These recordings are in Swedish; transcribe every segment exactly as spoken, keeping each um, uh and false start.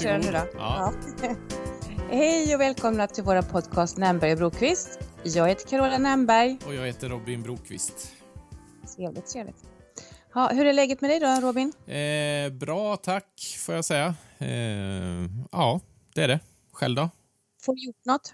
köra nu då. Ja. Ja. Hej och välkomna till våra podcast Nämberg och Brokvist. Jag heter Carola Nämberg. Och jag heter Robin Brokvist. Trevligt, trevligt. Ja, hur är läget med dig då, Robin? Eh, bra, tack får jag säga. Eh, ja, det är det. Själv då? Får du gjort något?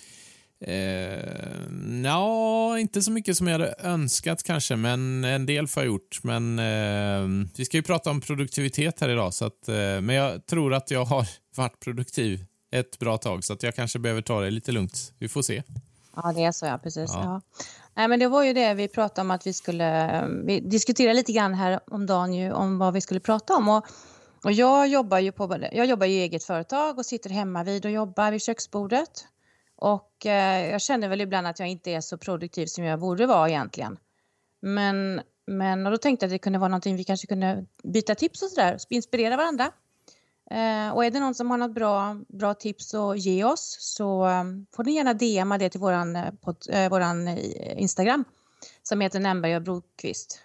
Eh, ja, inte så mycket som jag hade önskat kanske, men en del får jag gjort. Men eh, vi ska ju prata om produktivitet här idag, så att, eh, men jag tror att jag har varit produktiv ett bra tag, så att jag kanske behöver ta det lite lugnt. Vi får se. Ja, det är så, ja, precis. Ja. Ja. Nej, men det var ju det vi pratade om, att vi skulle vi diskutera lite grann här om dagen ju, om vad vi skulle prata om. Och, och jag jobbar ju på jag jobbar ju i eget företag och sitter hemma vid och jobbar vid köksbordet. Och eh, jag känner väl ibland att jag inte är så produktiv som jag borde vara egentligen. Men, men och då tänkte jag att det kunde vara någonting vi kanske kunde byta tips och sådär, inspirera varandra. Eh, och är det någon som har något bra, bra tips att ge oss, så um, får ni gärna D M-a det till våran, eh, pod, eh, våran eh, Instagram som heter Nämberg och Brokvist.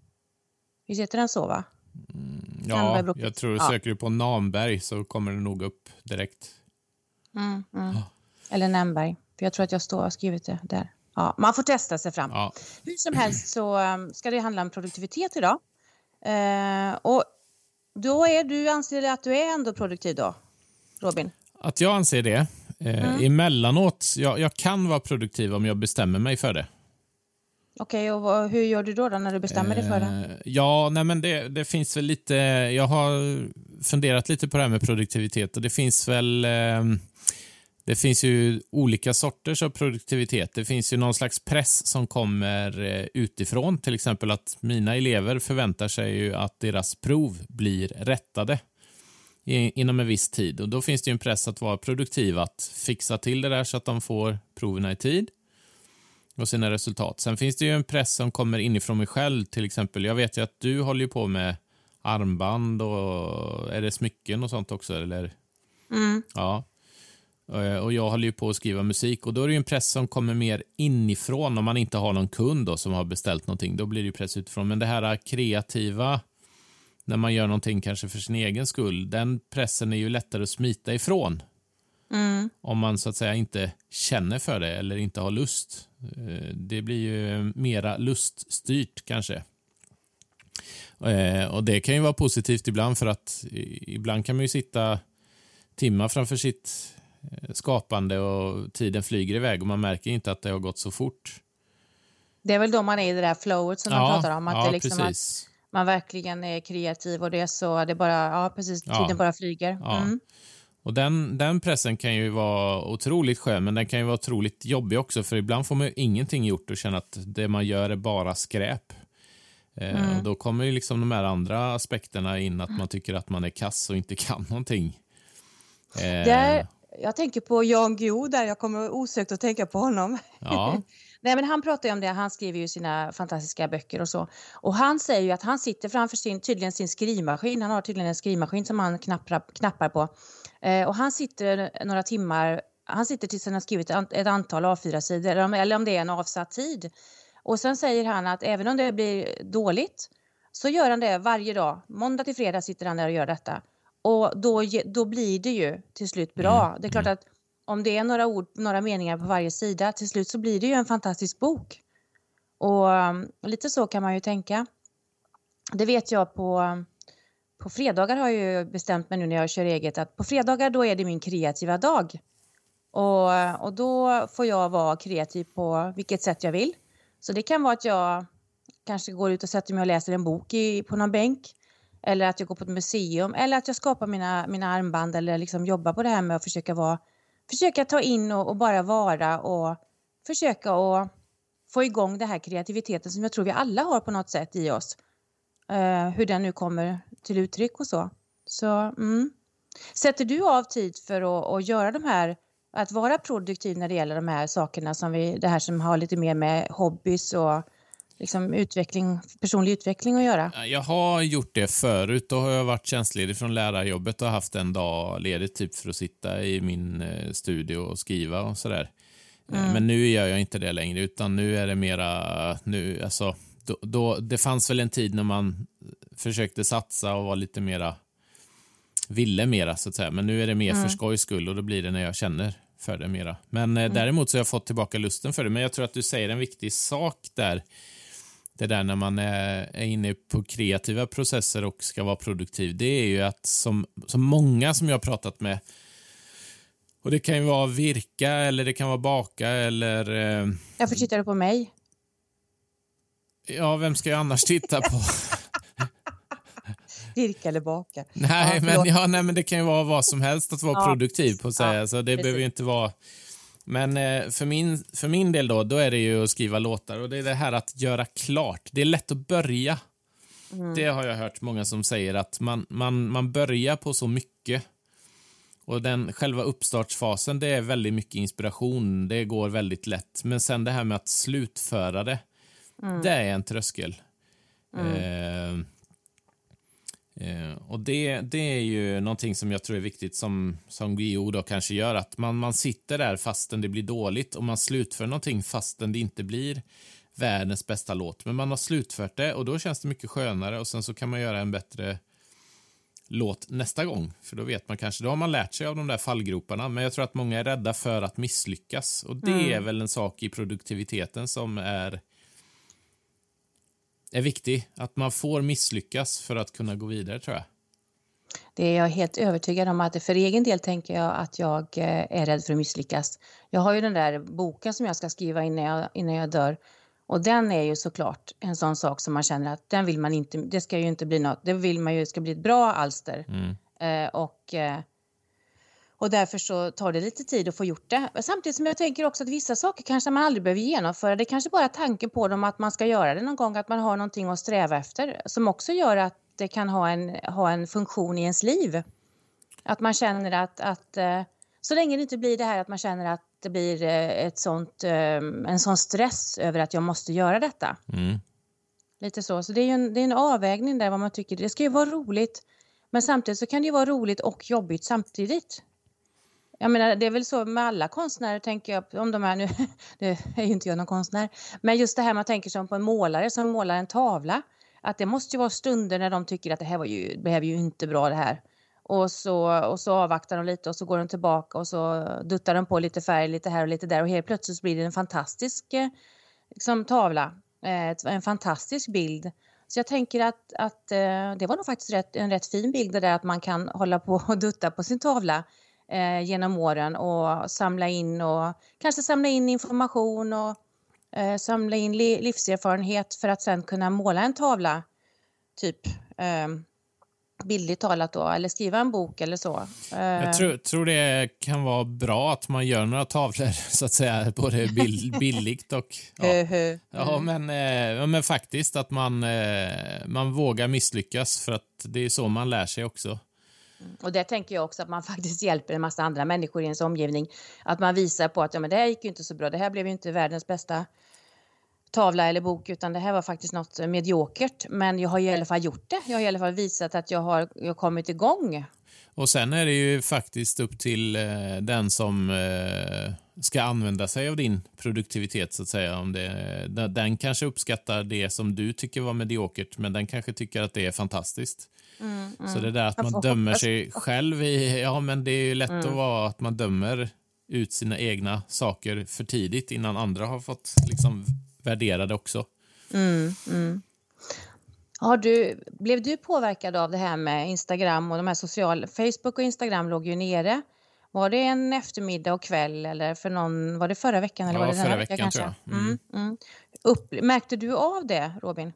Visst heter den så, va? Mm, ja, jag tror du ja. söker du på Namberg så kommer det nog upp direkt. Mm, mm. Oh. Eller Nämberg, för jag tror att jag står och skrivit det där. Ja, man får testa sig fram. Ja. Hur som helst så um, ska det handla om produktivitet idag. Eh, och då är du, anser att du är ändå produktiv då, Robin? Att jag anser det. Eh, mm. Emellanåt, jag, jag kan vara produktiv om jag bestämmer mig för det. Okej, okay, och hur gör du då, då när du bestämmer dig för det? Eh, ja, nej men det, det finns väl lite, jag har funderat lite på det här med produktivitet, och det finns väl, eh, det finns ju olika sorters av produktivitet. Det finns ju någon slags press som kommer eh, utifrån, till exempel att mina elever förväntar sig ju att deras prov blir rättade i, inom en viss tid, och då finns det ju en press att vara produktiv, att fixa till det där så att de får proverna i tid och sina resultat. Sen finns det ju en press som kommer inifrån mig själv, till exempel. Jag vet ju att du håller ju på med armband och är det smycken och sånt också, eller? Mm. Ja. Och jag håller ju på att skriva musik, och då är det ju en press som kommer mer inifrån. Om man inte har någon kund då som har beställt någonting, då blir det ju press utifrån. Men det här kreativa, när man gör någonting kanske för sin egen skull, den pressen är ju lättare att smita ifrån. Mm. Om man så att säga inte känner för det eller inte har lust. Det blir ju mera luststyrt kanske. Och det kan ju vara positivt ibland, för att ibland kan man ju sitta timmar framför sitt skapande och tiden flyger iväg och man märker inte att det har gått så fort. Det är väl då man är i det där flowet som ja, man pratar om, att ja, det liksom precis. Att man verkligen är kreativ och det är så det bara, ja precis, tiden ja. bara flyger. Ja. Mm. Och den, den pressen kan ju vara otroligt skön, men den kan ju vara otroligt jobbig också, för ibland får man ju ingenting gjort och känna att det man gör är bara skräp. Mm. Eh, och då kommer ju liksom de här andra aspekterna in, att man tycker att man är kass och inte kan någonting. Eh, där, jag tänker på Jan Guillou där, jag kommer osökt att tänka på honom. Ja. Nej, men han pratar ju om det, han skriver ju sina fantastiska böcker och så. Och han säger ju att han sitter framför sin, tydligen sin skrivmaskin, han har tydligen en skrivmaskin som han knappar, knappar på. Eh, och han sitter några timmar, han sitter tills han har skrivit ett antal A fyra sidor, eller om, eller om det är en avsatt tid. Och sen säger han att även om det blir dåligt så gör han det varje dag. Måndag till fredag sitter han där och gör detta. Och då, då blir det ju till slut bra. Mm. Det är klart att om det är några ord, några meningar på varje sida, till slut så blir det ju en fantastisk bok. Och um, lite så kan man ju tänka. Det vet jag på, på fredagar har jag ju bestämt mig nu när jag kör eget, att på fredagar då är det min kreativa dag. Och, och då får jag vara kreativ på vilket sätt jag vill. Så det kan vara att jag kanske går ut och sätter mig och läser en bok i, på någon bänk. Eller att jag går på ett museum. Eller att jag skapar mina, mina armband. Eller liksom jobbar på det här med att försöka vara, försöka ta in och, och bara vara. Och försöka att få igång den här kreativiteten som jag tror vi alla har på något sätt i oss. Uh, hur den nu kommer till uttryck och så. Så mm. Sätter du av tid för att, att göra de här, att vara produktiv när det gäller de här sakerna som vi, det här som har lite mer med hobbys och liksom utveckling, personlig utveckling att göra? Jag har gjort det förut. Då har jag varit tjänstledig från lärarjobbet och haft en dag ledigt typ för att sitta i min studio och skriva och sådär. Mm. Men nu gör jag inte det längre, utan nu är det mera nu, alltså, då, då, det fanns väl en tid när man försökte satsa och vara lite mera ville mera så att säga. Men nu är det mer Mm. för skojs skull och då blir det när jag känner för det mera. Men eh, Mm. däremot så har jag fått tillbaka lusten för det. Men jag tror att du säger en viktig sak där. Det där när man är, är inne på kreativa processer och ska vara produktiv. Det är ju att som, som många som jag har pratat med, och det kan ju vara virka eller det kan vara baka eller... Eh, Varför tittar du på mig? ja, vem ska jag annars titta på? Virka eller baka? Nej, Ja, men, förlåt. ja, nej, men det kan ju vara vad som helst att vara Ja, produktiv på att säga. ja, så det precis. behöver ju inte vara... Men eh, för, min, för min del då, då är det ju att skriva låtar. Och det är det här att göra klart. Det är lätt att börja. Mm. Det har jag hört många som säger att man, man, man börjar på så mycket. Och den själva uppstartsfasen, det är väldigt mycket inspiration. Det går väldigt lätt. Men sen det här med att slutföra det, Mm. det är en tröskel. Mm. Eh, eh, och det, det är ju någonting som jag tror är viktigt som, som G O då kanske gör. Att man, man sitter där fastän det blir dåligt och man slutför någonting fastän det inte blir världens bästa låt. Men man har slutfört det och då känns det mycket skönare och sen så kan man göra en bättre låt nästa gång. För då vet man kanske, då har man lärt sig av de där fallgroparna. Men jag tror att många är rädda för att misslyckas. Och det Mm. är väl en sak i produktiviteten som är är viktig. Att man får misslyckas för att kunna gå vidare, tror jag. Det är jag helt övertygad om att för egen del tänker jag att jag eh, är rädd för att misslyckas. Jag har ju den där boken som jag ska skriva innan jag, innan jag dör. Och den är ju såklart en sån sak som man känner att den vill man inte, det ska ju inte bli något, det vill man ju ska bli ett bra alster. Mm. Eh, och, eh, och därför så tar det lite tid att få gjort det. Samtidigt som jag tänker också att vissa saker kanske man aldrig behöver genomföra. Det är kanske bara tanken på dem att man ska göra det någon gång, att man har någonting att sträva efter. Som också gör att det kan ha en, ha en funktion i ens liv. Att man känner att, att eh, så länge det inte blir det här att man känner att det blir eh, ett sånt, eh, en sån stress över att jag måste göra detta. Mm. Lite så. Så det är ju en, det är en avvägning där vad man tycker. Det ska ju vara roligt. Men samtidigt så kan det ju vara roligt och jobbigt samtidigt. Jag menar, det är väl så med alla konstnärer, tänker jag, om de är nu, det är ju inte jag någon konstnär, men just det här man tänker som på en målare som målar en tavla, att det måste ju vara stunder när de tycker att det här var ju, det här var ju inte bra det här. Och så, och så avvaktar de lite och så går de tillbaka och så duttar de på lite färg lite här och lite där och helt plötsligt så blir det en fantastisk eh, liksom, tavla, eh, en fantastisk bild. Så jag tänker att, att eh, det var nog faktiskt rätt, en rätt fin bild det där att man kan hålla på och dutta på sin tavla eh, genom åren och samla in och kanske samla in information och eh, samla in li- livserfarenhet för att sen kunna måla en tavla typ eh, bildligt talat då, eller skriva en bok eller så. Eh, Jag tror, tror det kan vara bra att man gör några tavlor så att säga, både bill, billigt och ja. hö, hö. Ja, men, eh, men faktiskt att man, eh, man vågar misslyckas för att det är så man lär sig också. Och där tänker jag också att man faktiskt hjälper en massa andra människor i ens omgivning. Att man visar på att ja, men det här gick ju inte så bra. Det här blev ju inte världens bästa tavla eller bok, utan det här var faktiskt något mediokert. Men jag har i alla fall gjort det. Jag har i alla fall visat att jag har, jag har kommit igång. Och sen är det ju faktiskt upp till eh, den som eh, ska använda sig av din produktivitet så att säga. Om det, den kanske uppskattar det som du tycker var mediokert, men den kanske tycker att det är fantastiskt. Mm, mm. Så det där att man dömer sig själv i, ja men det är ju lätt mm. att vara att man dömer ut sina egna saker för tidigt innan andra har fått liksom värdera det också. Mm, mm. Har du, blev du påverkad av det här med Instagram och de här sociala, Facebook och Instagram låg ju nere. Var det en eftermiddag och kväll eller för någon, var det förra veckan eller ja, var det den förra här veckan, veckan tror kanske? jag. Mm. Mm, mm. Upp, märkte du av det, Robin?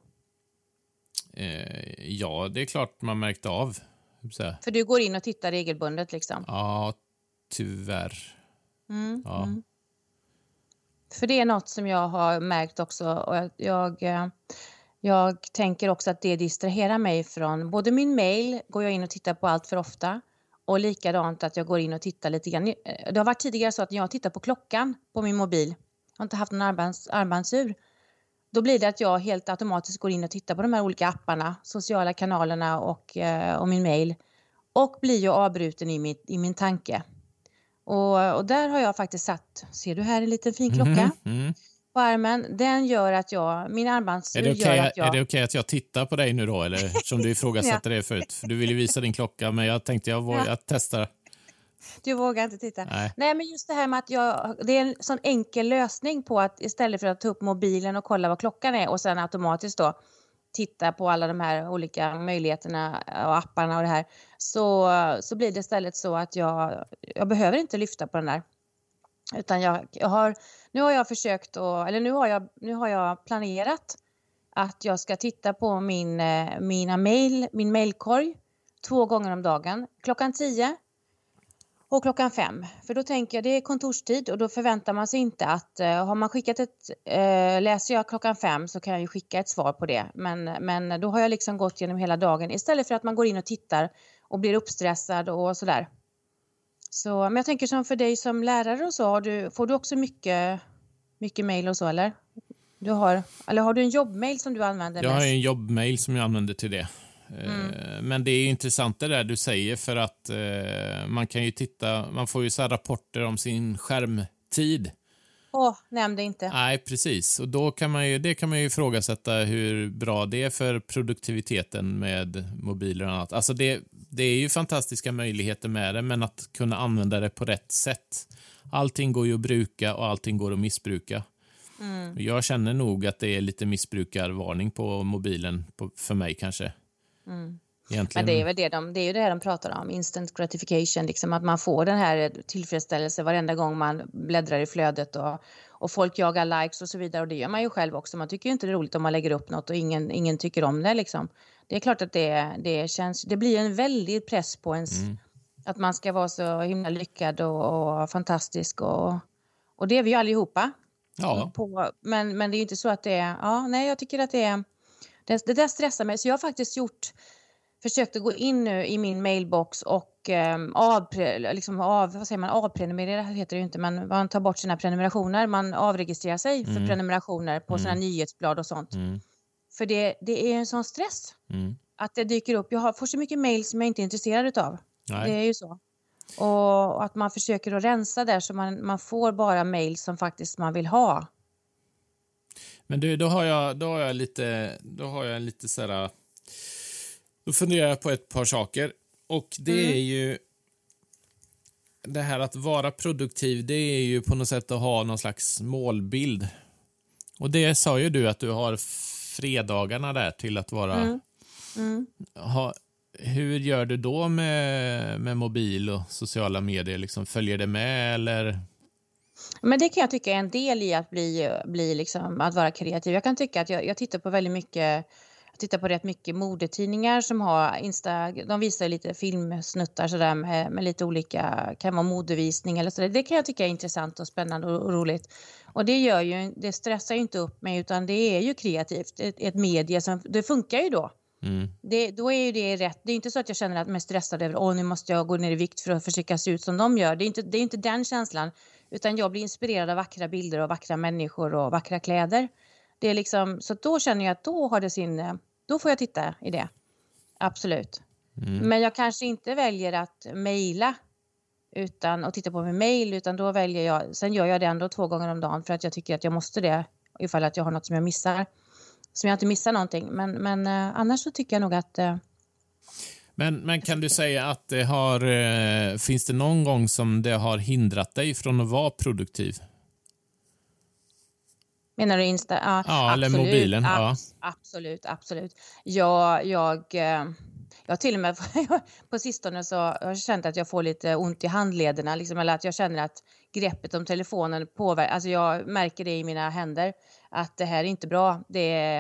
Eh, ja, det är klart man märkte av. Så. För du går in och tittar regelbundet liksom? Ja, tyvärr. Mm, ja. Mm. För det är något som jag har märkt också och jag, jag, jag tänker också att det distraherar mig från både min mail går jag in och tittar på allt för ofta och likadant att jag går in och tittar lite grann. Det har varit tidigare så att jag tittar på klockan på min mobil. Jag har inte haft någon armbands, armbandsur. Då blir det att jag helt automatiskt går in och tittar på de här olika apparna, sociala kanalerna och, och min mail och blir ju avbruten i, mitt, i min tanke. Och, och där har jag faktiskt satt, ser du här en liten fin klocka? Mm, mm. på armen, den gör att jag, min armbandsur är det gör okay, att jag... Är det okej okay att jag tittar på dig nu då? Eller som du ifrågasatte ja. det förut. För du ville visa din klocka, men jag tänkte jag, jag ja. testar. Du vågar inte titta. Nej. Nej, men just det här med att jag, det är en sån enkel lösning på att istället för att ta upp mobilen och kolla vad klockan är och sen automatiskt då titta på alla de här olika möjligheterna och apparna och det här, så, så blir det istället så att jag, jag behöver inte lyfta på den där. Utan jag, jag har, nu har jag försökt, att, eller nu har jag, nu har jag planerat att jag ska titta på min, mina mail, min mailkorg två gånger om dagen. Klockan tio och klockan fem. För då tänker jag, det är kontorstid och då förväntar man sig inte att, uh, har man skickat ett, uh, läser jag klockan fem så kan jag ju skicka ett svar på det. Men, men då har jag liksom gått genom hela dagen istället för att man går in och tittar och blir uppstressad och sådär. Så, men jag tänker som för dig som lärare och så, har du, får du också mycket, mycket mejl och så, eller? Du har, eller har du en jobbmail som du använder Jag mest? har en jobbmail som jag använder till det. Mm. Men det är intressant det där du säger, för att eh, man kan ju titta, man får ju så här rapporter om sin skärmtid. Åh, oh, nämnde inte. Nej, precis. Och då kan man ju, det kan man ju ifrågasätta hur bra det är för produktiviteten med mobiler och annat. Alltså det, det är ju fantastiska möjligheter med det, men att kunna använda det på rätt sätt. Allting går ju att bruka och allting går att missbruka. Mm. Jag känner nog att det är lite missbrukarvarning på mobilen på, för mig kanske. Mm. Men det är väl det de, det är ju det här de pratar om, instant gratification, liksom att man får den här tillfredsställelse varenda gång man bläddrar i flödet och, och folk jagar likes och så vidare, och det gör man ju själv också. Man tycker ju inte det är roligt om man lägger upp något och ingen, ingen tycker om det liksom. Det är klart att det, det känns, det blir en väldig press på ens, mm. att man ska vara så himla lyckad och, och fantastisk och, och det är vi ju allihopa. Ja. På, men, men det är ju inte så att det är, ja nej jag tycker att det är, det, det där stressar mig, så jag har faktiskt gjort försökte gå in nu i min mailbox och eh, avpre, liksom av, vad säger man, avprenumerera heter det ju inte, men man tar bort sina prenumerationer, man avregistrerar sig mm. för prenumerationer på mm. sina nyhetsblad och sånt. Mm. För det, det är en sån stress mm. att det dyker upp. Jag har, får så mycket mail som jag inte är intresserad av. Nej. Det är ju så. Och, och att man försöker att rensa där så man, man får bara mail som faktiskt man vill ha. Men du, då har jag, då har jag lite, då har jag lite sådär. Då funderar jag på ett par saker. Och det mm. är ju det här att vara produktiv, det är ju på något sätt att ha någon slags målbild. Och det sa ju du att du har fredagarna där till att vara... Mm. Mm. Ha, hur gör du då med, med mobil och sociala medier? Liksom, följer det med eller... Men det kan jag tycka är en del i att bli, bli liksom, att vara kreativ. Jag kan tycka att jag, jag tittar på väldigt mycket... Jag tittar på rätt mycket modetidningar som har Insta, de visar lite filmsnuttar sådär med, med lite olika, kan vara modevisning eller sådär. Det kan jag tycka är intressant och spännande och, och roligt. Och det gör ju, det stressar ju inte upp mig, utan det är ju kreativt. Ett, ett medie som, det funkar ju då. Mm. Det, då är ju det rätt. Det är inte så att jag känner att jag är stressad över, åh nu måste jag gå ner i vikt för att försöka se ut som de gör. Det är inte, det är inte den känslan, utan jag blir inspirerad av vackra bilder och vackra människor och vackra kläder. Det är liksom, så då känner jag att då har det sin, då får jag titta i det. Absolut. Mm. Men jag kanske inte väljer att mejla utan att titta på min mejl, utan då väljer jag, sen gör jag det ändå två gånger om dagen för att jag tycker att jag måste det ifall att jag har något som jag missar. Som jag inte missar någonting. Men, men eh, annars så tycker jag nog att... Eh, men, men kan du säga att det har, eh, finns det någon gång som det har hindrat dig från att vara produktiv? Menar du Insta? Ja, ja absolut, eller mobilen. Ab- ja. Absolut, absolut. Jag, jag, jag till och med på sistone så har jag känt att jag får lite ont i handlederna. Liksom, eller att jag känner att greppet om telefonen påverkar. Alltså jag märker det i mina händer. Att det här är inte bra. Det,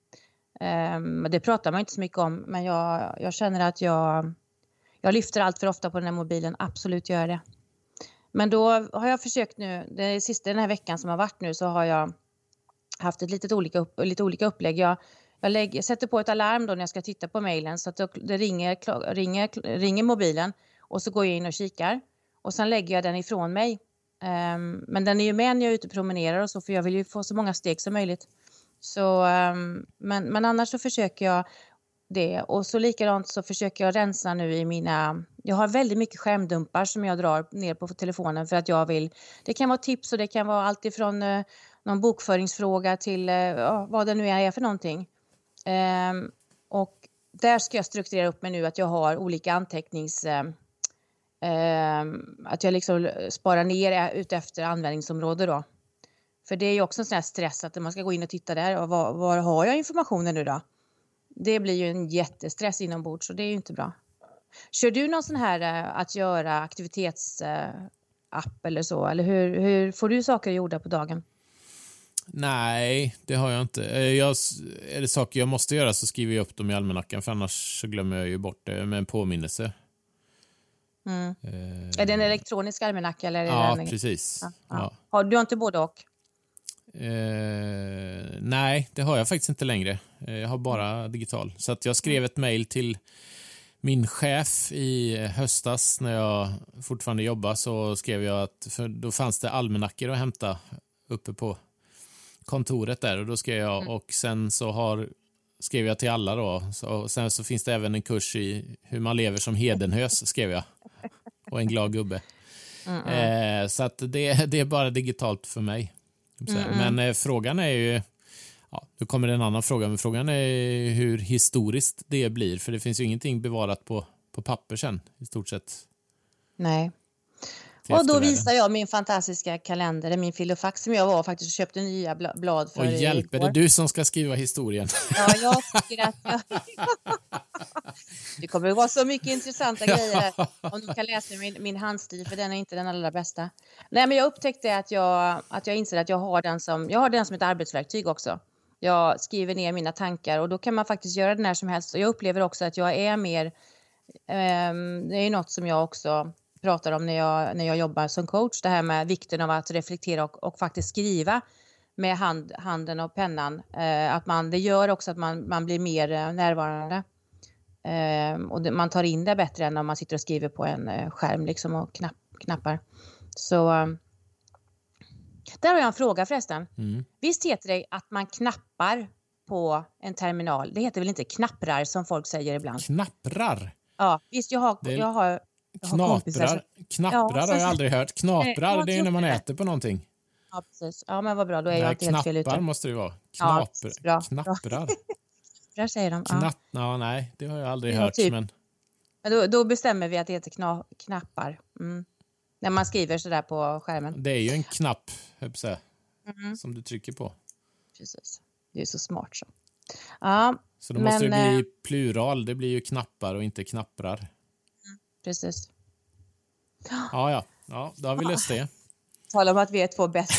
um, det pratar man inte så mycket om. Men jag, jag känner att jag, jag lyfter allt för ofta på den här mobilen. Absolut gör jag det. Men då har jag försökt nu. Det sista den här veckan som har varit nu så har jag haft ett litet olika, upp, lite olika upplägg. Jag, jag, lägger, jag sätter på ett alarm då när jag ska titta på mejlen så att det ringer, ringer, ringer mobilen och så går jag in och kikar. Och sen lägger jag den ifrån mig. Um, men den är ju med när jag är ute och promenerar och så, för jag vill ju få så många steg som möjligt. Så, um, men, men annars så försöker jag det. Och så likadant så försöker jag rensa nu i mina... Jag har väldigt mycket skärmdumpar som jag drar ner på telefonen för att jag vill... Det kan vara tips och det kan vara allt ifrån uh, någon bokföringsfråga till ja, vad det nu är för någonting. Um, och där ska jag strukturera upp mig nu att jag har olika antecknings... Um, um, att jag liksom sparar ner ut efter användningsområde då. För det är ju också en sån här stress att man ska gå in och titta där. Och var, var har jag informationen nu då? Det blir ju en jättestress inombords så det är ju inte bra. Kör du någon sån här uh, att göra aktivitetsapp uh, eller så? Eller hur, hur får du saker gjorda på dagen? Nej, det har jag inte. Jag, är det saker jag måste göra så skriver jag upp dem i almanackan för annars så glömmer jag ju bort det med en påminnelse. Mm. Eh, är det en elektronisk almanacka? Eller är ja, det en... precis. Ja, ja. Ja. Har du inte både och? Eh, nej, det har jag faktiskt inte längre. Jag har bara digital. Så att jag skrev ett mejl till min chef i höstas när jag fortfarande jobbade så skrev jag att för då fanns det almanackor att hämta uppe på kontoret där och då skrev jag mm. och sen så har skrev jag till alla då så, och sen så finns det även en kurs i hur man lever som hedenhös skrev jag och en glad gubbe. Mm, mm. Eh, så att det, det är bara digitalt för mig. Mm, men eh, frågan är ju ja, nu kommer det en annan fråga men frågan är hur historiskt det blir för det finns ju ingenting bevarat på, på papper sen i stort sett. Nej. Och då visar jag min fantastiska kalender, min filofax som jag var faktiskt och köpte nya blad för. Och hjälper det du som ska skriva historien? Ja, jag tycker att jag... Det kommer att vara så mycket intressanta grejer om du kan läsa min, min handstil för den är inte den allra bästa. Nej, men jag upptäckte att jag, att jag inser att jag har den som, jag har den som ett arbetsverktyg också. Jag skriver ner mina tankar och då kan man faktiskt göra det när som helst. Och jag upplever också att jag är mer, um, det är något som jag också pratar om när jag, när jag jobbar som coach. Det här med vikten av att reflektera och, och faktiskt skriva med hand, handen och pennan. Uh, att man, det gör också att man, man blir mer uh, närvarande. Uh, och det, man tar in det bättre än om man sitter och skriver på en uh, skärm liksom, och knapp, knappar. Så uh, där har jag en fråga förresten. Mm. Visst heter det att man knappar på en terminal? Det heter väl inte knapprar som folk säger ibland? Knapprar? Ja, visst jag har... Jag har Knaprar, knapprar ja, har jag aldrig hört. Knaprar, nej, det är när man äter på någonting. Ja, precis. Ja, men vad bra. Då är jag inte helt fel ute. Knappar måste det vara. Knapr, ja, bra. Knapprar. Knapprar säger de. Ja. Knapp, ja, nej, det har jag aldrig ja, hört. Typ. Men... men då, då bestämmer vi att det heter kna, knappar. Mm. När man skriver sådär på skärmen. Det är ju en knapp, höll jag säga, mm. som du trycker på. Precis. Det är så smart så. Ja, så då men, måste det bli plural. Det blir ju knappar och inte knapprar. Mm. Precis. Ja, ja. Ja, då har vi löst det. Tala om att vi är två bättre.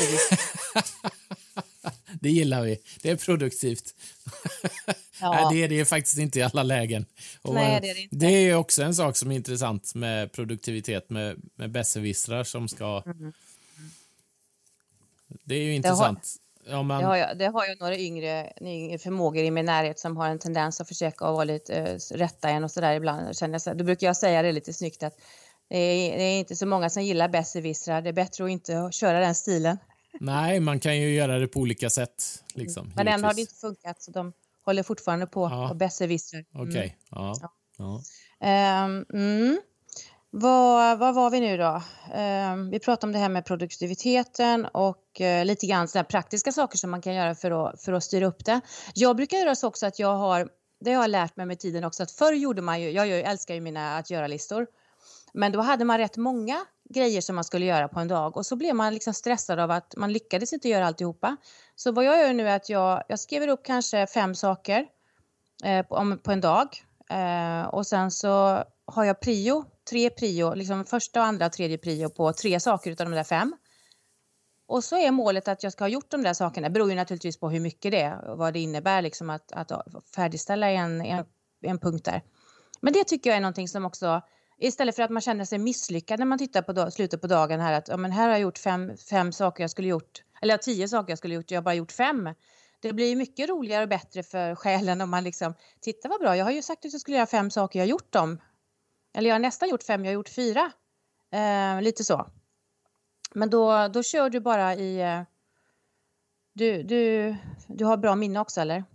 Det gillar vi. Det är produktivt. Ja. Nej, det är det faktiskt inte i alla lägen. Och Nej, det är det inte. Det är också en sak som är intressant med produktivitet, med, med besserwissrar som ska... Mm. Det är ju intressant. Det har, ja, man... det, har jag, det har jag några yngre, yngre förmågor i min närhet som har en tendens att försöka vara lite äh, rätta en och sådär ibland. Känner jag så, då brukar jag säga det lite snyggt att det är, det är inte så många som gillar besserwissrar. Det är bättre att inte köra den stilen. Nej, man kan ju göra det på olika sätt. Liksom, men än har det inte funkat så de håller fortfarande på ja. och besserwissrar. Mm. Okej, okay. ja. ja. ja. Um, mm. Vad, vad var vi nu då? Um, vi pratade om det här med produktiviteten och uh, lite grann sådana praktiska saker som man kan göra för att, för att styra upp det. Jag brukar göra så också att jag har, det har jag lärt mig med tiden också, att förr gjorde man ju, jag älskar ju mina att göra-listor. Men då hade man rätt många grejer som man skulle göra på en dag. Och så blev man liksom stressad av att man lyckades inte göra alltihopa. Så vad jag gör nu är att jag, jag skriver upp kanske fem saker eh, på, om, på en dag. Eh, och sen så har jag prio, tre prio, liksom första, andra och tredje prio på tre saker utav de där fem. Och så är målet att jag ska ha gjort de där sakerna. Det beror ju naturligtvis på hur mycket det är och vad det innebär liksom att, att färdigställa en, en, en punkt där. Men det tycker jag är någonting som också... Istället för att man känner sig misslyckad när man tittar på dag, slutet på dagen här. Att ja, men här har jag gjort fem, fem saker jag skulle gjort. Eller tio saker jag skulle gjort. Jag har bara gjort fem. Det blir mycket roligare och bättre för själen om man liksom... Titta vad bra, jag har ju sagt att jag skulle göra fem saker. Jag har gjort dem. Eller jag har nästan gjort fem, jag har gjort fyra. Eh, lite så. Men då, då kör du bara i... Eh, du, du, du har bra minne också, eller?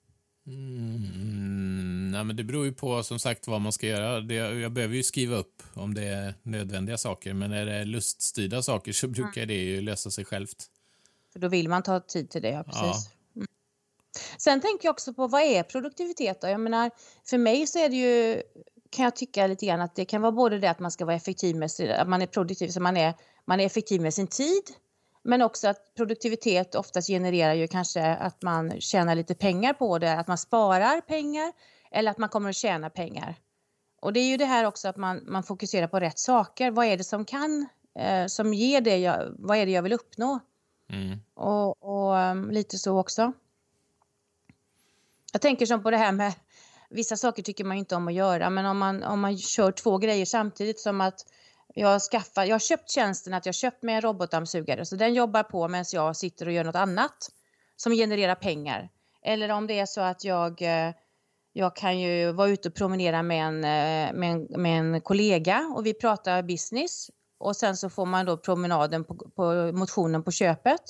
Mm, nej, men det beror ju på som sagt vad man ska göra. Det, jag behöver ju skriva upp om det är nödvändiga saker. Men är det luststyrda saker så brukar det ju lösa sig självt. För då vill man ta tid till det, ja, precis. Ja. Mm. Sen tänker jag också på, vad är produktivitet då? Jag menar, för mig så är det ju, kan jag tycka lite grann att det kan vara både det att man ska vara effektiv med sin, att man är produktiv, så man är, man är effektiv med sin tid. Men också att produktivitet oftast genererar ju kanske att man tjänar lite pengar på det. Att man sparar pengar eller att man kommer att tjäna pengar. Och det är ju det här också att man, man fokuserar på rätt saker. Vad är det som kan, eh, som ger det jag, vad är det jag vill uppnå? Mm. Och, och um, lite så också. Jag tänker som på det här med, vissa saker tycker man inte om att göra. Men om man, om man kör två grejer samtidigt, som att jag, skaffar, jag har köpt tjänsten att jag har köpt mig en robotdammsugare. Så den jobbar på medan jag sitter och gör något annat som genererar pengar. Eller om det är så att jag, jag kan ju vara ute och promenera med en, med, en, med en kollega och vi pratar business. Och sen så får man då promenaden på, på motionen på köpet.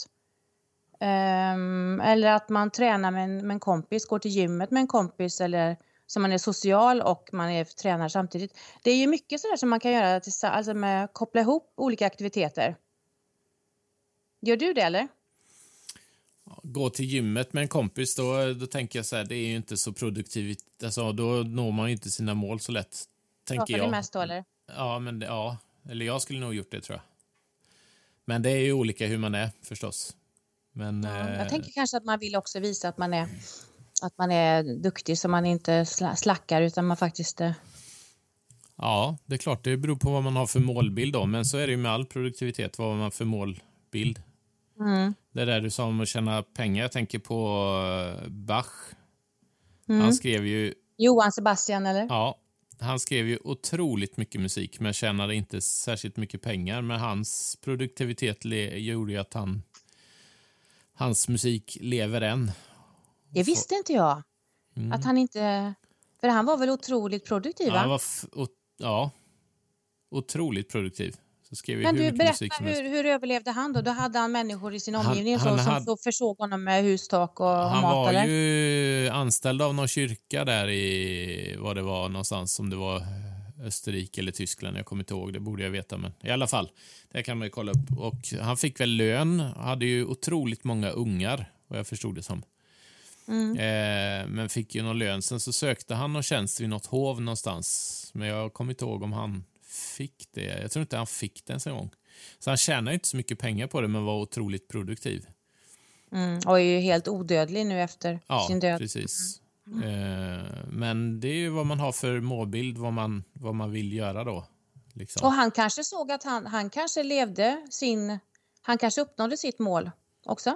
Um, eller att man tränar med en, med en kompis, går till gymmet med en kompis, eller så man är social och man är tränar samtidigt. Det är ju mycket sådär som man kan göra, till, alltså med koppla ihop olika aktiviteter. Gör du det eller? Gå till gymmet med en kompis, då, då tänker jag så här, det är ju inte så produktivt. Alltså, då når man ju inte sina mål så lätt, tänker Pratar jag. du mest då eller? Ja, men det, ja, eller jag skulle nog gjort det, tror jag. Men det är ju olika hur man är, förstås. Men, ja, eh, jag tänker kanske att man vill också visa att man är, att man är duktig, så man inte slackar utan man faktiskt... Eh... Ja, det är klart, det beror på vad man har för målbild då. Men så är det ju med all produktivitet, vad man har för målbild. Mm. Det där du sa om att tjäna pengar, jag tänker på Bach. Mm. Han skrev ju... Johann Sebastian, eller? Ja, han skrev ju otroligt mycket musik, men tjänade inte särskilt mycket pengar. Men hans produktivitet le- gjorde ju att han... Hans musik lever än. Det visste inte jag. Mm. Att han inte... För han var väl otroligt produktiv, va? Ja, han var f- o- ja, otroligt produktiv. Så skrev vi Men hur du, mycket musik berätta, som helst. hur, hur överlevde han då? Då hade han människor i sin Han- omgivning han så, som hade- så försåg honom med hustak och, och Han mat, var eller? ju anställd av någon kyrka där i, vad det var någonstans, som det var Österrike eller Tyskland, jag kommer inte ihåg, det borde jag veta, men i alla fall, det kan man ju kolla upp. Och han fick väl lön, hade ju otroligt många ungar, vad jag förstod det som. Mm. Eh, men fick ju någon lön, sen så sökte han någon tjänst vid något hov någonstans, men jag kommer inte ihåg om han fick det, jag tror inte han fick det ens en gång. Så han tjänade inte så mycket pengar på det, men var otroligt produktiv. Mm. Och är ju helt odödlig nu efter Ja, sin död. precis. Mm. Eh, men det är ju vad man har för målbild, vad man, vad man vill göra då. Liksom. Och han kanske såg att han, han kanske levde sin... Han kanske uppnådde sitt mål också.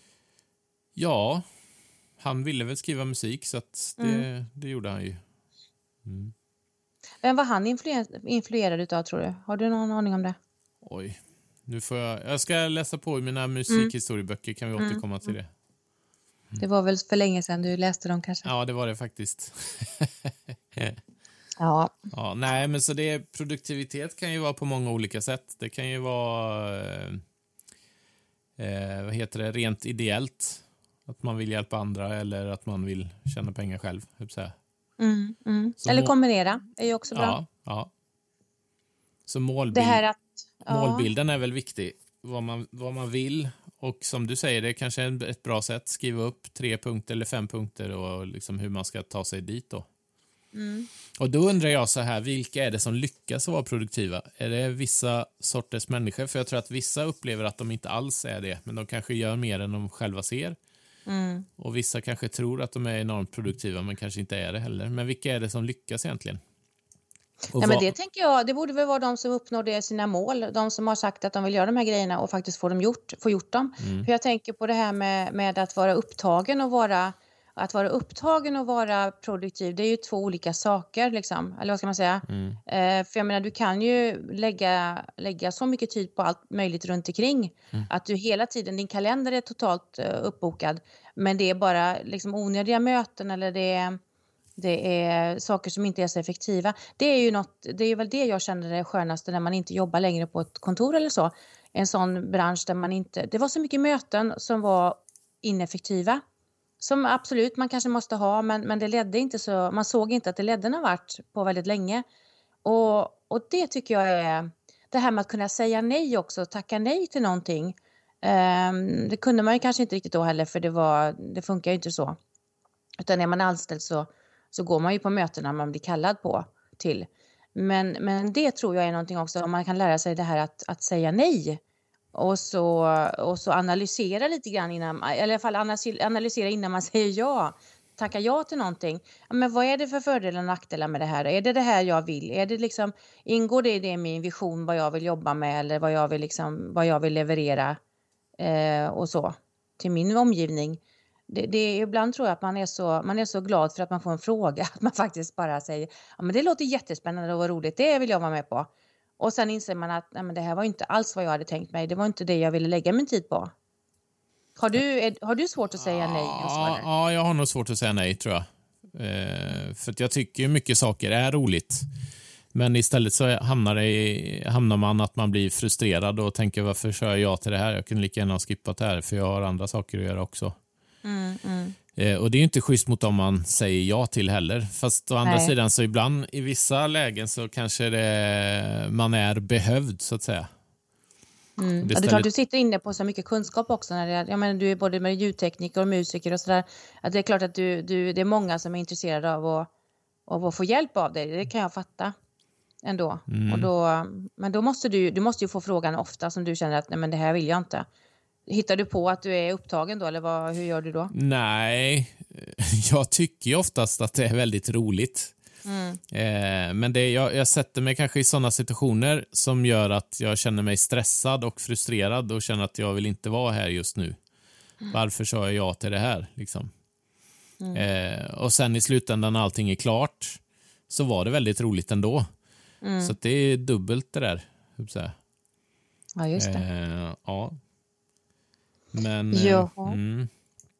Ja, han ville väl skriva musik, så att det, mm. det gjorde han ju. Mm. Vem var han influer- influerad utav, tror du? Har du någon aning om det? Oj, nu får jag... Jag ska läsa på i mina musikhistorieböcker, kan vi Mm. återkomma till det. Mm. Det var väl för länge sedan du läste dem kanske? Ja, det var det faktiskt. Ja. Ja, nej, men så det, produktivitet kan ju vara på många olika sätt. Det kan ju vara, eh, vad heter det, rent ideellt. Att man vill hjälpa andra eller att man vill tjäna pengar själv, typ så här. Mm, mm. Så Eller må- kombinera, är ju också bra. Ja, ja. Så målbild, Det här att... Ja. målbilden är väl viktig. Vad man, vad man vill. Och som du säger, det är kanske är ett bra sätt. Skriva upp tre punkter eller fem punkter och liksom hur man ska ta sig dit då. Mm. Och då undrar jag så här, vilka är det som lyckas vara produktiva? Är det vissa sorters människor? För jag tror att vissa upplever att de inte alls är det, men de kanske gör mer än de själva ser. Mm. Och vissa kanske tror att de är enormt produktiva, men kanske inte är det heller. Men vilka är det som lyckas egentligen? Och Nej, men vad- det tänker jag, det borde väl vara de som uppnår det sina mål. De som har sagt att de vill göra de här grejerna och faktiskt få dem gjort, få gjort dem. Mm. För jag tänker på det här med, med att vara upptagen och vara... Att vara upptagen och vara produktiv, det är ju två olika saker liksom. Eller vad ska man säga? Mm. Eh, för jag menar, du kan ju lägga, lägga så mycket tid på allt möjligt runt omkring. Mm. Att du hela tiden, din kalender är totalt eh, uppbokad. Men det är bara liksom onödiga möten eller det är, det är saker som inte är så effektiva. Det är ju något, det är väl det jag känner det skönaste när man inte jobbar längre på ett kontor eller så. En sån bransch där man inte, det var så mycket möten som var ineffektiva. Som absolut man kanske måste ha, men, men det ledde inte så, man såg inte att det ledde någon vart på väldigt länge. Och, och det tycker jag är, det här med att kunna säga nej också, tacka nej till någonting. Um, det kunde man ju kanske inte riktigt då heller, för det, var, det funkar ju inte så. Utan är man anställd så, så går man ju på mötena man blir kallad på till. Men, men det tror jag är någonting också, om man kan lära sig det här att, att säga nej. Och så, och så analysera lite grann innan, eller i alla fall analysera innan man säger ja. Tacka ja till någonting. Ja, men vad är det för fördelar och nackdelar med det här? Är det det här jag vill? Är det liksom, ingår det i det min vision, vad jag vill jobba med, eller vad jag vill, liksom, vad jag vill leverera eh, och så till min omgivning? Det, det, ibland tror jag att man är, så, man är så glad för att man får en fråga, att man faktiskt bara säger, ja men det låter jättespännande och roligt, det vill jag vara med på. Och sen inser man att nej, men det här var inte alls vad jag hade tänkt mig, det var inte det jag ville lägga min tid på. Har du, är, har du svårt att säga nej? Ja, ja, jag har nog svårt att säga nej, tror jag. Eh, för att jag tycker mycket saker är roligt. Men istället så hamnar, det i, hamnar man att man blir frustrerad och tänker, varför kör jag ja till det här? Jag kunde lika gärna ha skippat det här, för jag har andra saker att göra också. Mm, mm. Eh, och det är ju inte schysst mot dem man säger ja till heller. Fast å andra Nej. sidan så ibland, i vissa lägen så kanske det, man är behövd, så att säga. Mm. Det ja, det är klart, du sitter inne på så mycket kunskap också. När det, jag menar, du är både med ljudtekniker och musiker och sådär. Att det är klart att du, du, det är många som är intresserade av att, av att få hjälp av dig. Det kan jag fatta ändå. Mm. Och då, men då måste du, du måste ju få frågan ofta som du känner att nej, men det här vill jag inte. Hittar du på att du är upptagen då, eller vad, hur gör du då? Nej, jag tycker ju oftast att det är väldigt roligt. Mm. Eh, men det, jag, jag sätter mig kanske i sådana situationer som gör att jag känner mig stressad och frustrerad och känner att jag vill inte vara här just nu. Mm. Varför sa jag ja till det här? Liksom? Mm. Eh, och sen i slutändan när allting är klart så var det väldigt roligt ändå. Mm. Så att det är dubbelt det där. Ja, just det. Eh, ja. Men... Ja. Eh, mm.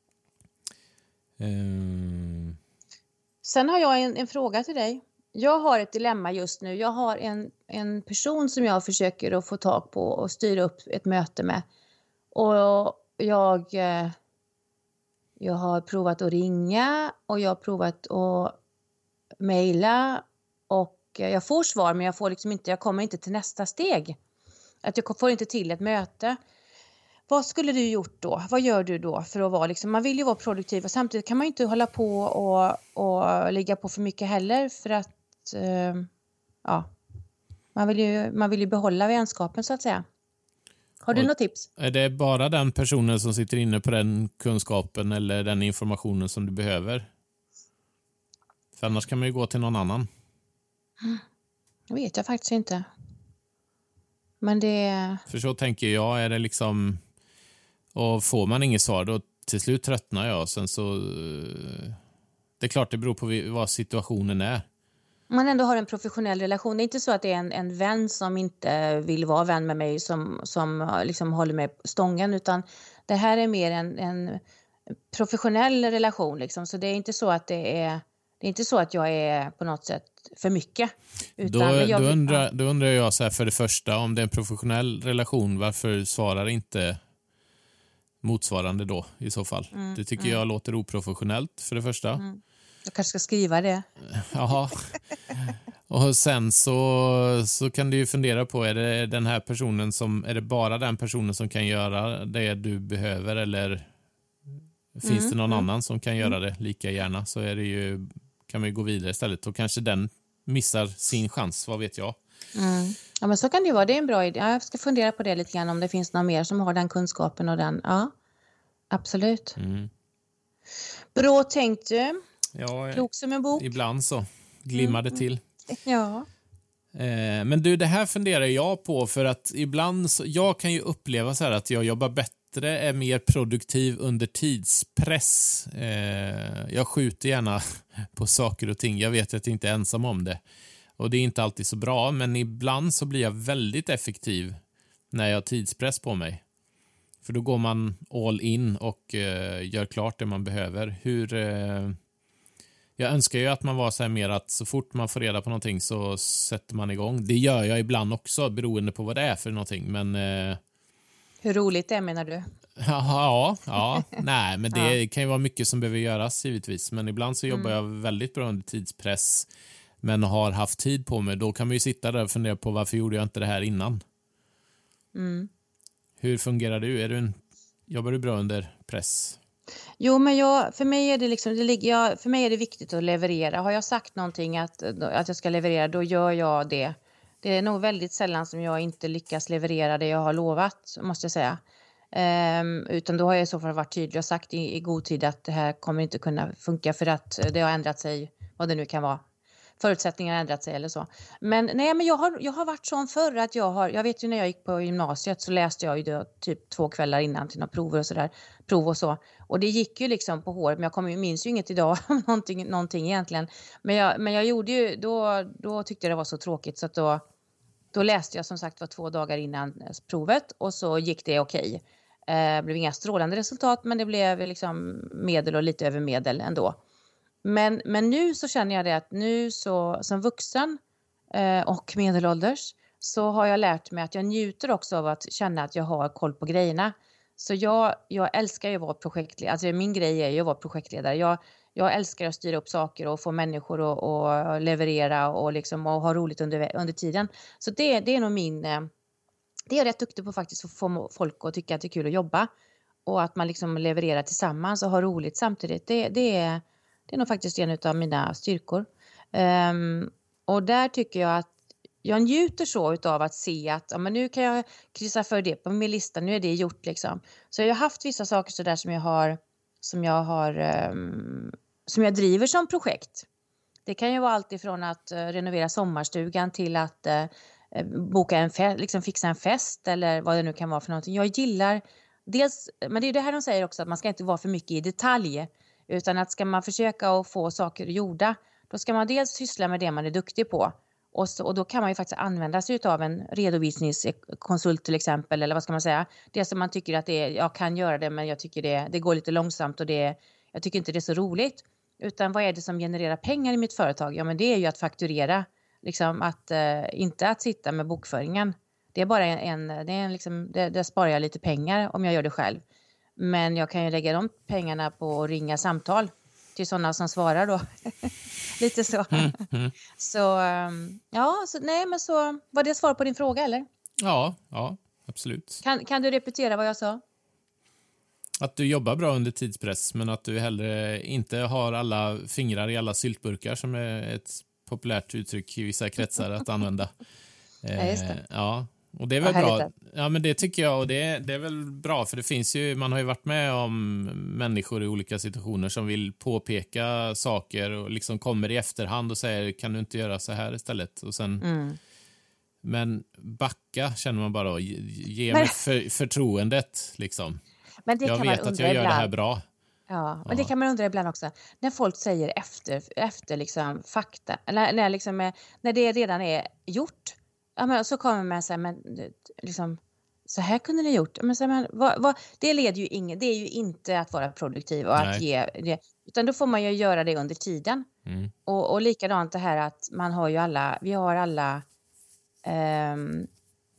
eh, Sen har jag en, en fråga till dig. Jag har ett dilemma just nu. Jag har en, en person som jag försöker att få tag på och styra upp ett möte med. Och jag, jag har provat att ringa och jag har provat att mejla. Och jag får svar, men jag, får liksom inte, jag kommer inte till nästa steg. Att jag får inte till ett möte. Vad skulle du gjort då? Vad gör du då för att vara liksom, man vill ju vara produktiv och samtidigt kan man ju inte hålla på och, och ligga på för mycket heller för att eh, ja, man vill ju man vill ju behålla vänskapen så att säga. Har du och, något tips? Är det bara den personen som sitter inne på den kunskapen eller den informationen som du behöver? För annars kan man ju gå till någon annan. Det vet jag faktiskt inte. Men det... För så tänker jag, är det liksom... Och får man inget svar, då till slut tröttnar jag. Sen så... Det är klart, det beror på vad situationen är. Man ändå har en professionell relation. Det är inte så att det är en, en vän som inte vill vara vän med mig som, som liksom håller med stången. Utan det här är mer en, en professionell relation. Liksom. Så det är inte så att det är... Det är inte så att jag är på något sätt för mycket. Utan då, jag, då, undrar, då undrar jag så här, för det första, om det är en professionell relation, varför svarar inte motsvarande då i så fall? Mm, det tycker mm. jag låter oprofessionellt för det första. Mm. Jag kanske ska skriva det. Jaha. Och sen så, så kan du ju fundera på, är det den här personen som, är det bara den personen som kan göra det du behöver, eller finns mm, det någon mm. annan som kan göra det lika gärna, så är det ju, kan man ju gå vidare istället och kanske den missar sin chans, vad vet jag. Mm. Ja, men så kan det ju vara, det är en bra idé. Jag ska fundera på det lite grann, om det finns någon mer som har den kunskapen och den, ja, absolut. Mm. Bra tänkt du. Ja, klok som en bok. Ibland så glimmar det till. Ja. Eh, men du, det här funderar jag på, för att ibland så, jag kan ju uppleva så här att jag jobbar bättre, är mer produktiv under tidspress. Eh, jag skjuter gärna på saker och ting. Jag vet att jag inte är ensam om det. Och det är inte alltid så bra, men ibland så blir jag väldigt effektiv när jag har tidspress på mig. För då går man all in och eh, gör klart det man behöver. Hur... Eh, jag önskar ju att man var så här mer att så fort man får reda på någonting så sätter man igång. Det gör jag ibland också, beroende på vad det är för någonting, men... Eh, Hur roligt det är, menar du? Ja, ja. Nej, men det ja. kan ju vara mycket som behöver göras givetvis. Men ibland så jobbar mm. jag väldigt bra under tidspress, men har haft tid på mig. Då kan man ju sitta där och fundera på, varför gjorde jag inte det här innan? Mm. Hur fungerar du? Är du en, jobbar du bra under press? Jo, men jag, för, mig är det liksom, det ligger, jag, för mig är det viktigt att leverera. Har jag sagt någonting att, att jag ska leverera, då gör jag det. Det är nog väldigt sällan som jag inte lyckas leverera det jag har lovat, måste jag säga. Um, utan då har jag i så fall varit tydlig och sagt i, i god tid att det här kommer inte kunna funka för att det har ändrat sig, vad det nu kan vara. Förutsättningarna har ändrat sig eller så. Men nej, men jag har, jag har varit sån förr att jag har, jag vet ju när jag gick på gymnasiet så läste jag ju då, typ två kvällar innan till några prover och sådär, prov och så. Och det gick ju liksom på håret, men jag kommer, minns ju inget idag om någonting, någonting egentligen. Men jag, men jag gjorde ju, då, då tyckte jag det var så tråkigt så att då, då läste jag som sagt var två dagar innan provet och så gick det okej. Det blev inga strålande resultat, men det blev liksom medel och lite över medel ändå. Men, men nu så känner jag det att nu så, som vuxen eh, och medelålders så har jag lärt mig att jag njuter också av att känna att jag har koll på grejerna. Så jag, jag älskar ju att vara projektledare. Alltså min grej är ju att vara projektledare. Jag, jag älskar att styra upp saker och få människor att och leverera och, liksom, och ha roligt under, under tiden. Så det, det är nog min... Eh, det är jag rätt duktig på faktiskt, att få folk att tycka att det är kul att jobba. Och att man liksom levererar tillsammans och har roligt samtidigt. Det, det, är, det är nog faktiskt en av mina styrkor. Um, och där tycker jag att jag njuter så utav att se att ja, men nu kan jag kryssa för det på min lista. Nu är det gjort liksom. Så jag har haft vissa saker så där som jag har, som jag har, um, som jag driver som projekt. Det kan ju vara allt ifrån att uh, renovera sommarstugan till att uh, boka en fest, liksom fixa en fest eller vad det nu kan vara för någonting. Jag gillar dels, men det är det här de säger också, att man ska inte vara för mycket i detalj, utan att ska man försöka att få saker gjorda, då ska man dels syssla med det man är duktig på och, så, och då kan man ju faktiskt använda sig av en redovisningskonsult till exempel, eller vad ska man säga, det som man tycker att det är, jag kan göra det men jag tycker det, det går lite långsamt och det, jag tycker inte det är så roligt, utan vad är det som genererar pengar i mitt företag? Ja, men det är ju att fakturera. Liksom att, eh, inte att sitta med bokföringen. Det är bara en, det är en liksom, det, det sparar jag lite pengar om jag gör det själv. Men jag kan ju lägga de pengarna på att ringa samtal till sådana som svarar då. Lite så. Mm, mm. Så, um, ja, så, nej men så, var det svar på din fråga eller? Ja, ja, absolut. Kan, kan du repetera vad jag sa? Att du jobbar bra under tidspress, men att du hellre inte har alla fingrar i alla syltburkar som är ett populärt uttryck i vissa kretsar att använda. Ja, just det. Eh, ja, och det är väl bra. Ja, men det tycker jag, och det, det är väl bra, för det finns ju, man har ju varit med om människor i olika situationer som vill påpeka saker och liksom kommer i efterhand och säger, kan du inte göra så här istället? Och sen, mm. Men backa känner man bara, ge, ge mig för, förtroendet liksom. Men det jag kan vet man att jag gör ibland. Det här bra. Ja, men ja. Det kan man undra ibland också. När folk säger efter, efter liksom fakta, när, när, liksom, när det redan är gjort, ja, men, så kommer man säga, men liksom, så här kunde ni gjort. Men, så, men, vad, vad, det leder ju inget, det är ju inte att vara produktiv och Nej. Att ge det, utan då får man ju göra det under tiden. Mm. Och, och likadant det här att man har ju alla, vi har alla, um,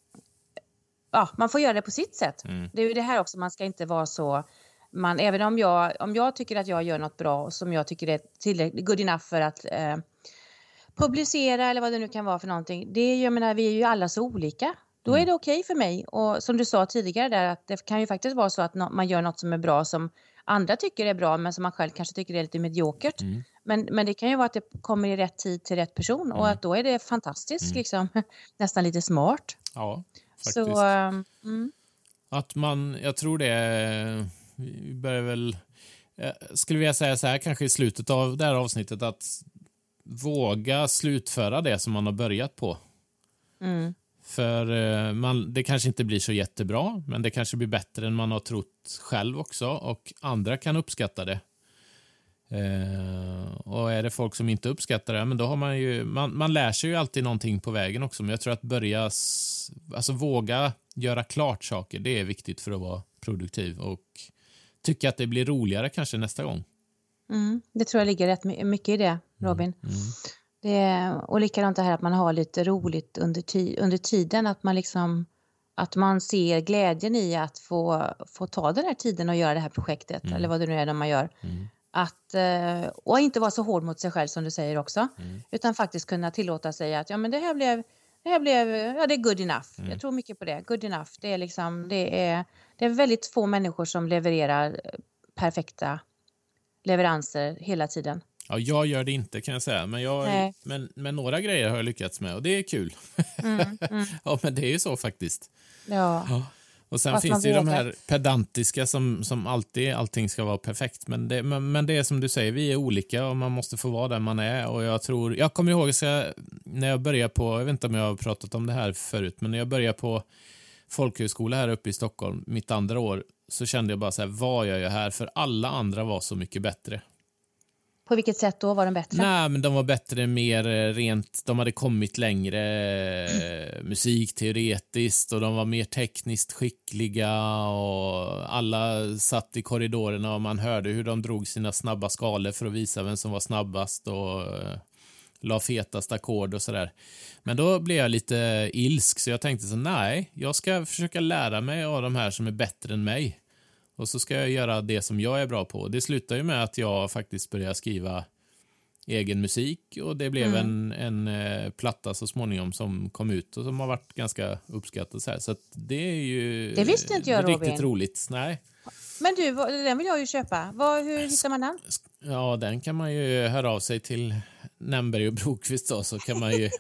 ja, man får göra det på sitt sätt. Mm. Det är ju det här också, man ska inte vara så. Man, även om jag, om jag tycker att jag gör något bra som jag tycker är tillräckligt good enough för att eh, publicera eller vad det nu kan vara för någonting. Det är, jag menar, vi är ju alla så olika. Då mm. är det okej okay för mig. Och som du sa tidigare där, att det kan ju faktiskt vara så att no- man gör något som är bra som andra tycker är bra, men som man själv kanske tycker är lite mediokert. Mm. Men, men det kan ju vara att det kommer i rätt tid till rätt person. Mm. Och att då är det fantastiskt, mm. liksom, nästan lite smart. Ja, faktiskt. Så, um, mm. Att man, jag tror det vi börjar väl, jag skulle vilja säga så här kanske i slutet av det här avsnittet, att våga slutföra det som man har börjat på. Mm. För man, det kanske inte blir så jättebra, men det kanske blir bättre än man har trott själv också, och andra kan uppskatta det. Eh, och är det folk som inte uppskattar det, men då har man ju, man, man lär sig ju alltid någonting på vägen också, men jag tror att börja, alltså våga göra klart saker, det är viktigt för att vara produktiv och tycka att det blir roligare kanske nästa gång. Mm, det tror jag ligger rätt mycket i det, Robin. Mm, mm. Det, och likadant det här att man har lite roligt under, ti- under tiden, att man liksom, att man ser glädjen i att få, få ta den här tiden och göra det här projektet, mm. eller vad det nu är det man gör. Mm. Att, och inte vara så hård mot sig själv som du säger också, mm. utan faktiskt kunna tillåta sig att ja, men det här blev, det det här blev, ja det är good enough. Mm. Jag tror mycket på det. Good enough. Det är liksom, det är, det är väldigt få människor som levererar perfekta leveranser hela tiden. Ja, jag gör det inte kan jag säga. Men, jag, men, men några grejer har jag lyckats med och det är kul. Mm, mm. Ja, men det är ju så faktiskt. Ja. Ja. Och sen Fast finns det ju vågar. de här pedantiska som, som alltid, allting ska vara perfekt. Men det, men, men det är som du säger, vi är olika och man måste få vara där man är. Och jag tror, jag kommer ihåg så jag, när jag började på, jag vet inte om jag har pratat om det här förut, men när jag började på folkhögskola här uppe i Stockholm, mitt andra år, så kände jag bara så här, vad gör jag här? För alla andra var så mycket bättre. På vilket sätt då var den bättre? Nej, men de var bättre, mer rent, de hade kommit längre eh, musikteoretiskt och de var mer tekniskt skickliga och alla satt i korridorerna och man hörde hur de drog sina snabba skalor för att visa vem som var snabbast och eh, la fetast ackord och sådär. Men då blev jag lite ilsk så jag tänkte så nej, jag ska försöka lära mig av de här som är bättre än mig. Och så ska jag göra det som jag är bra på. Det slutar ju med att jag faktiskt börjar skriva egen musik. Och det blev mm. en, en eh, platta så småningom som kom ut. Och som har varit ganska uppskattat. Så, här. Så att det är ju det visste inte jag, riktigt Robin. roligt. Nej. Men du, den vill jag ju köpa. Vad, hur hittar man den? Ja, den kan man ju höra av sig till Nemberg och Brokvist då. Så kan man ju...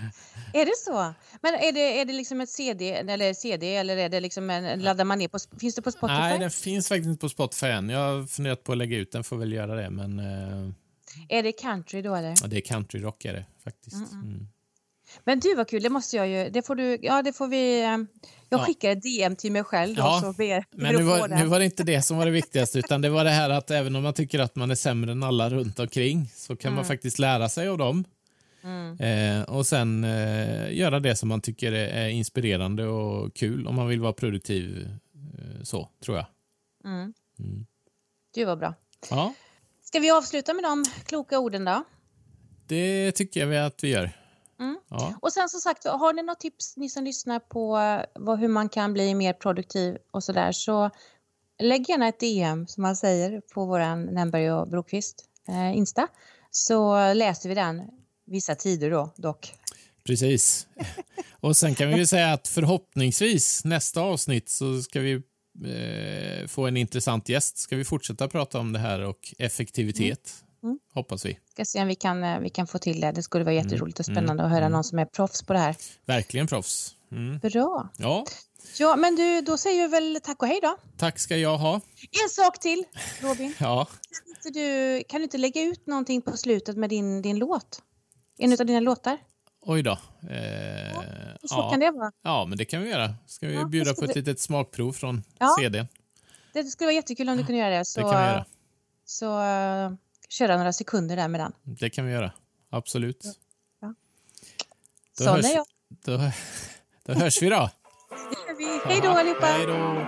Är det så? Men är det, är det liksom ett C D eller C D eller är det liksom en, laddar man ner på, finns det på Spotify? Nej, den finns faktiskt inte på Spotify än. Jag har funderat på att lägga ut den, får väl göra det, men... Eh... Är det country då eller? Ja, det är country rock är det faktiskt. Mm -mm. Mm. Men du vad kul, det måste jag ju, det får du, ja det får vi, jag ja. skickar ett D M till mig själv då, ja, så ber, men nu var, nu var det inte det som var det viktigaste, utan det var det här att även om man tycker att man är sämre än alla runt omkring så kan mm. man faktiskt lära sig av dem. Mm. Eh, och sen eh, göra det som man tycker är, är inspirerande och kul om man vill vara produktiv eh, så, tror jag. Mm. Mm. Du var bra. Ja. Ska vi avsluta med de kloka orden då? Det tycker jag vi att vi gör. Mm. Ja. Och sen som sagt, har ni något tips, ni som lyssnar på vad, hur man kan bli mer produktiv och sådär, så lägg gärna ett D M som man säger på våran Nemberg och Brokvist eh, Insta, så läser vi den vissa tider då dock. Precis. Och sen kan vi ju säga att förhoppningsvis nästa avsnitt så ska vi eh, få en intressant gäst. Ska vi fortsätta prata om det här och effektivitet. Mm. Mm. Hoppas vi. Ska se om vi kan, vi kan få till det. Det skulle vara jätteroligt och spännande mm. att höra någon som är proffs på det här. Verkligen proffs. Mm. Bra. Ja. Ja, men du, då säger vi väl tack och hej då. Tack ska jag ha. En sak till, Robin. Ja. Kan, inte du, kan du inte lägga ut någonting på slutet med din, din låt? En av dina låtar? Oj då. Eh, ja, så ja. kan det vara. Ja, men det kan vi göra. Ska vi ja, bjuda på ett vi... litet smakprov från ja. C D? Det skulle vara jättekul om du kunde göra det. Så, det kan vi göra. Så uh, köra några sekunder där med den. Det kan vi göra. Absolut. Ja. Då Sån hörs, är jag. Då, då hörs vi då. Det gör vi. Hej då allihopa. Hej då.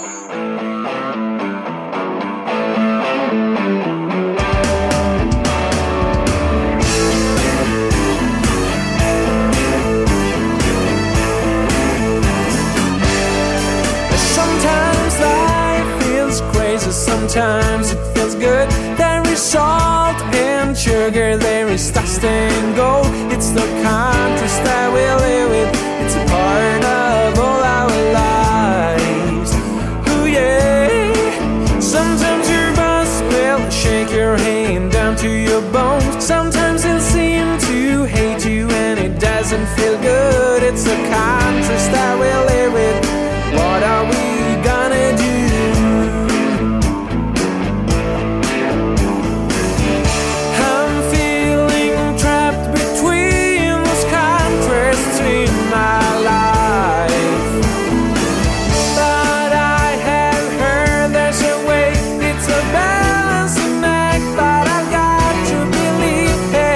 Sometimes it feels good. There is salt and sugar. There is dust and gold. It's the contrast that we live with. It's a part of all our lives. Ooh yeah. Sometimes your boss will shake your hand down to your bones. Sometimes he'll seem to hate you and it doesn't feel good. It's the contrast that we live with. What are we gonna do? Hey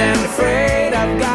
and afraid. I've got